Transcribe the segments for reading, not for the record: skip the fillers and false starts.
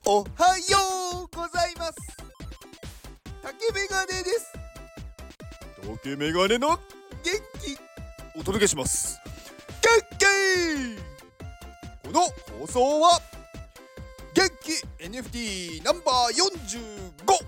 おはようございます。竹メガネです。竹メガネの元気お届けします。元気。この放送は元気 NFT ナンバー45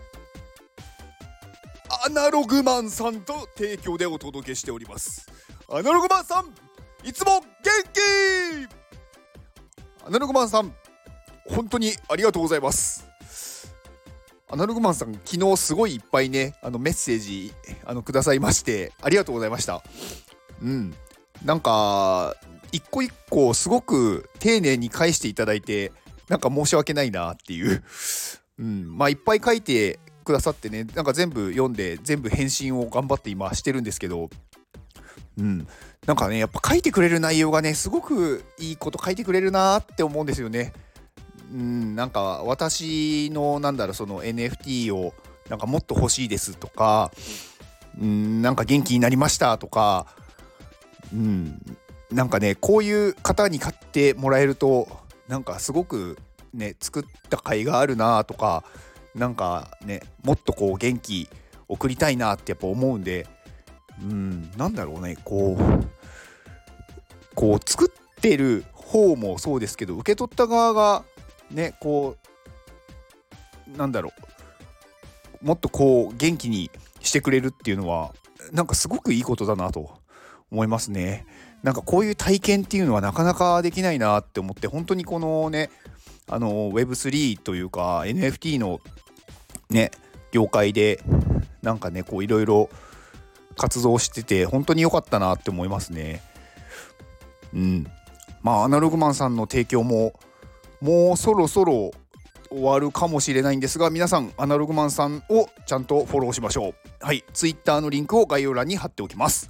アナログマンさんと提供でお届けしております。アナログマンさん、いつも元気。アナログマンさん、本当にありがとうございます。アナログマンさん、昨日すごいいっぱいね、メッセージくださいましてありがとうございました。なんか一個一個すごく丁寧に返していただいて、なんか申し訳ないなっていういっぱい書いてくださってね、なんか全部読んで全部返信を頑張って今してるんですけど、なんかね、やっぱ書いてくれる内容がね、すごくいいこと書いてくれるなって思うんですよね。なんか私のその NFT をなんかもっと欲しいですとか、なんか元気になりましたとか、なんかね、こういう方に買ってもらえるとなんかすごくね、作った甲斐があるなとか、なんかね、もっとこう元気送りたいなってやっぱ思うんで、なんだろうね、こう作ってる方もそうですけど、受け取った側がね、こうもっとこう元気にしてくれるっていうのはなんかすごくいいことだなと思いますね。なんかこういう体験っていうのはなかなかできないなって思って、本当にこのね、Web3 というか NFT のね業界でなんかね、こういろいろ活動してて本当に良かったなって思いますね。アナログマンさんの提供ももうそろそろ終わるかもしれないんですが、皆さんアナログマンさんをちゃんとフォローしましょう。はい、ツイッターのリンクを概要欄に貼っておきます。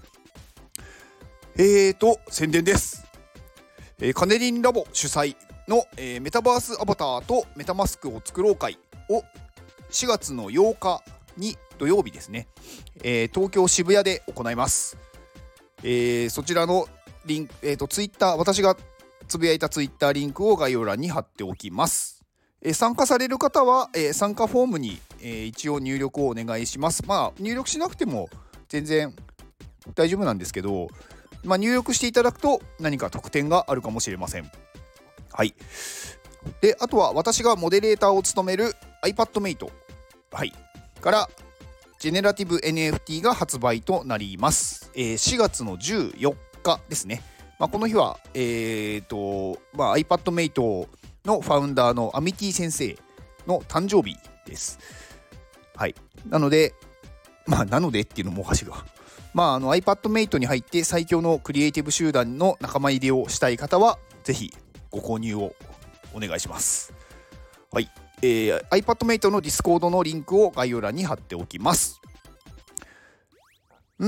宣伝です。カネリンラボ主催の、メタバースアバターとメタマスクを作ろう会を4月の8日に土曜日ですね、東京渋谷で行います。そちらのリンク、ツイッター、私がつぶやいたツイッターリンクを概要欄に貼っておきます。参加される方は、参加フォームに、一応入力をお願いします。入力しなくても全然大丈夫なんですけど、入力していただくと何か特典があるかもしれません。はい。で、あとは私がモデレーターを務める iPadMate、からジェネラティブ NFT が発売となります。4月の14日ですね。この日は、iPadMate のファウンダーのアミティ先生の誕生日です。はい。なのでっていうのもおかしいが、iPadMate に入って最強のクリエイティブ集団の仲間入りをしたい方はぜひご購入をお願いします。はい。iPadMate の Discord のリンクを概要欄に貼っておきます。昨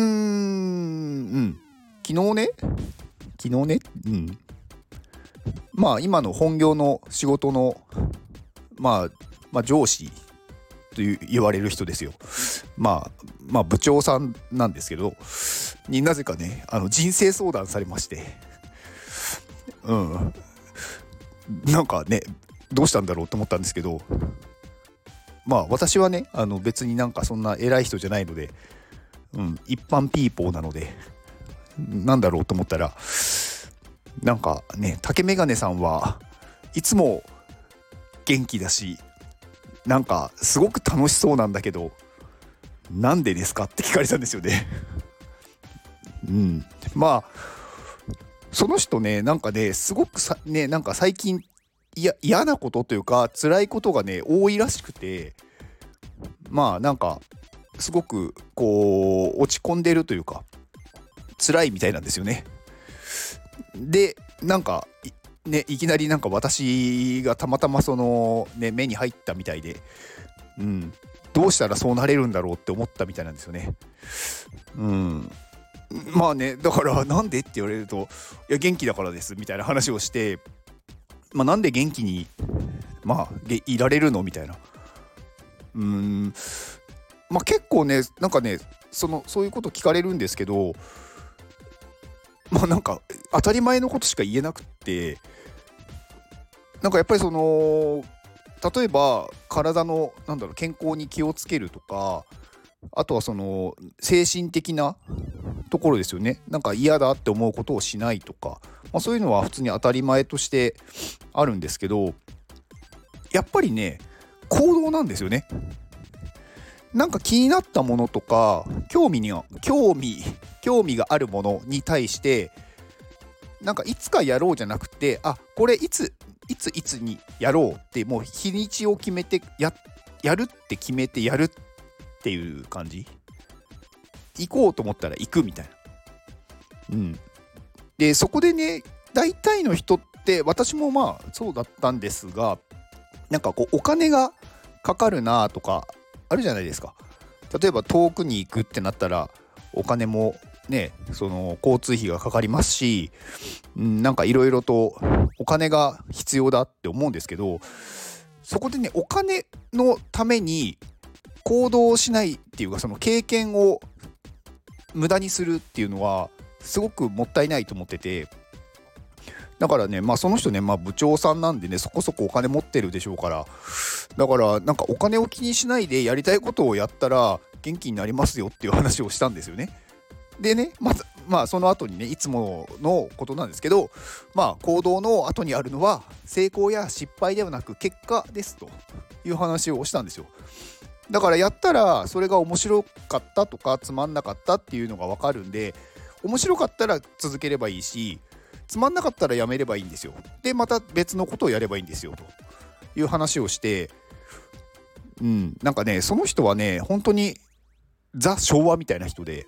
日ね、今の本業の仕事の上司と言われる人ですよ。部長さんなんですけどになぜかね、人生相談されまして、なんかね、どうしたんだろうと思ったんですけど、私はね、別になんかそんな偉い人じゃないので、一般ピーポーなのでなんだろうと思ったら、なんかね、竹メガネさんはいつも元気だし、なんかすごく楽しそうなんだけど、なんでですかって聞かれたんですよね。その人ね、なんかね、すごくなんか最近嫌なことというか辛いことがね多いらしくて、なんかすごくこう落ち込んでるというか辛いみたいなんですよね。で、なんかいきなりなんか私がたまたまそのね目に入ったみたいで、どうしたらそうなれるんだろうって思ったみたいなんですよね。だからなんでって言われると、いや元気だからですみたいな話をして、なんで元気にいられるのみたいな。結構ね、なんかね、そういうこと聞かれるんですけど、なんか当たり前のことしか言えなくって、なんかやっぱり例えば体の健康に気をつけるとか、あとはその精神的なところですよね。なんか嫌だって思うことをしないとか、そういうのは普通に当たり前としてあるんですけど、やっぱりね行動なんですよね。なんか気になったものとか興味があるものに対して、なんかいつかやろうじゃなくて、これいつにやろうって、もう日にちを決めてやるって決めてやるっていう感じ。行こうと思ったら行くみたいな。でそこでね、大体の人って、私もそうだったんですが、なんかこうお金がかかるなとかあるじゃないですか。例えば遠くに行くってなったらお金もね、その交通費がかかりますし、なんかいろいろとお金が必要だって思うんですけど、そこでねお金のために行動しないっていうか、その経験を無駄にするっていうのはすごくもったいないと思ってて、だからね、その人ね、部長さんなんでね、そこそこお金持ってるでしょうから、だからなんかお金を気にしないでやりたいことをやったら元気になりますよっていう話をしたんですよね。でね、その後にね、いつものことなんですけど、行動の後にあるのは成功や失敗ではなく結果ですという話をしたんですよ。だからやったらそれが面白かったとかつまんなかったっていうのが分かるんで、面白かったら続ければいいし、つまんなかったらやめればいいんですよ。でまた別のことをやればいいんですよという話をして、なんかね、その人はね本当にザ昭和みたいな人で、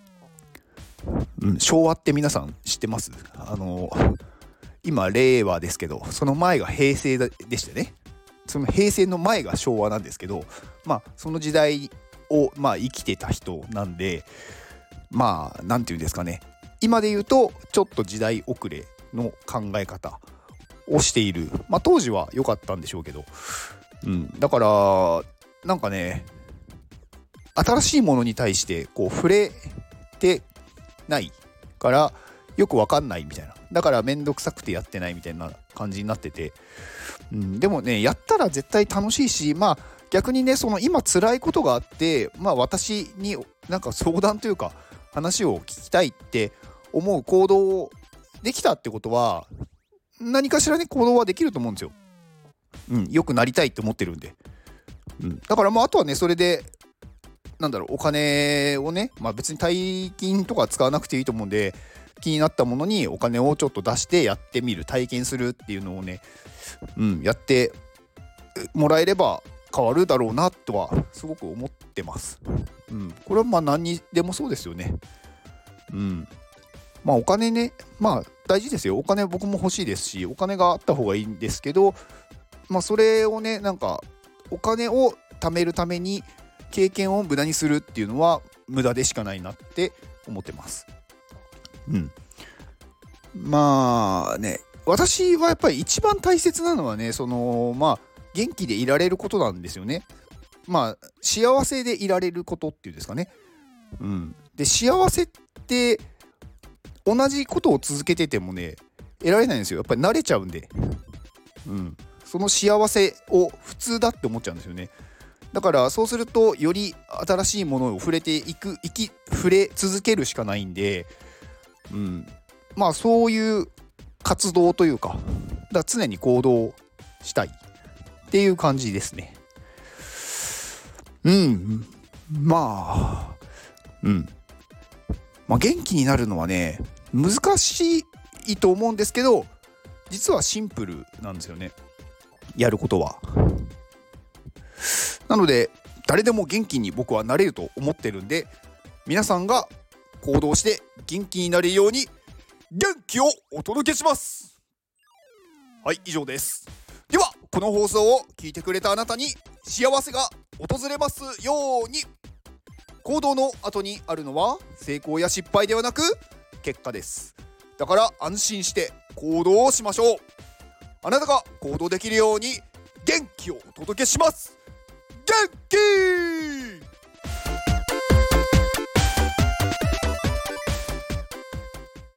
昭和って皆さん知ってます？今令和ですけど、その前が平成でしてね、その平成の前が昭和なんですけど、その時代を生きてた人なんで、なんていうんですかね、今で言うとちょっと時代遅れの考え方をしている。当時は良かったんでしょうけど、だからなんかね、新しいものに対してこう触れてないからよく分かんないみたいな、だからめんどくさくてやってないみたいな感じになってて、でもねやったら絶対楽しいし、逆にね、その今辛いことがあって、私になんか相談というか話を聞きたいって思う行動をできたってことは、何かしらね行動はできると思うんですよ。良くなりたいって思ってるんで、だからあとはね、それでお金をね、別に大金とか使わなくていいと思うんで、気になったものにお金をちょっと出してやってみる、体験するっていうのをね、やってもらえれば変わるだろうなとはすごく思ってます。これは何にでもそうですよね。お金ね、大事ですよ。お金僕も欲しいですし、お金があった方がいいんですけど、それをね、なんかお金を貯めるために経験を無駄にするっていうのは無駄でしかないなって思ってます。私はやっぱり一番大切なのはね、元気でいられることなんですよね。幸せでいられることっていうんですかね。で幸せって同じことを続けててもね得られないんですよ。やっぱり慣れちゃうんで、その幸せを普通だって思っちゃうんですよね。だからそうするとより新しいものを触れ続けるしかないんで、そういう活動というか、だから常に行動したいっていう感じですね。元気になるのはね難しいと思うんですけど、実はシンプルなんですよね、やることは。なので誰でも元気に僕はなれると思ってるんで、皆さんが行動して元気になれるように元気をお届けします。はい、以上です。ではこの放送を聞いてくれたあなたに幸せが訪れますように。行動の後にあるのは成功や失敗ではなく結果です。だから安心して行動をしましょう。あなたが行動できるように元気をお届けします。元気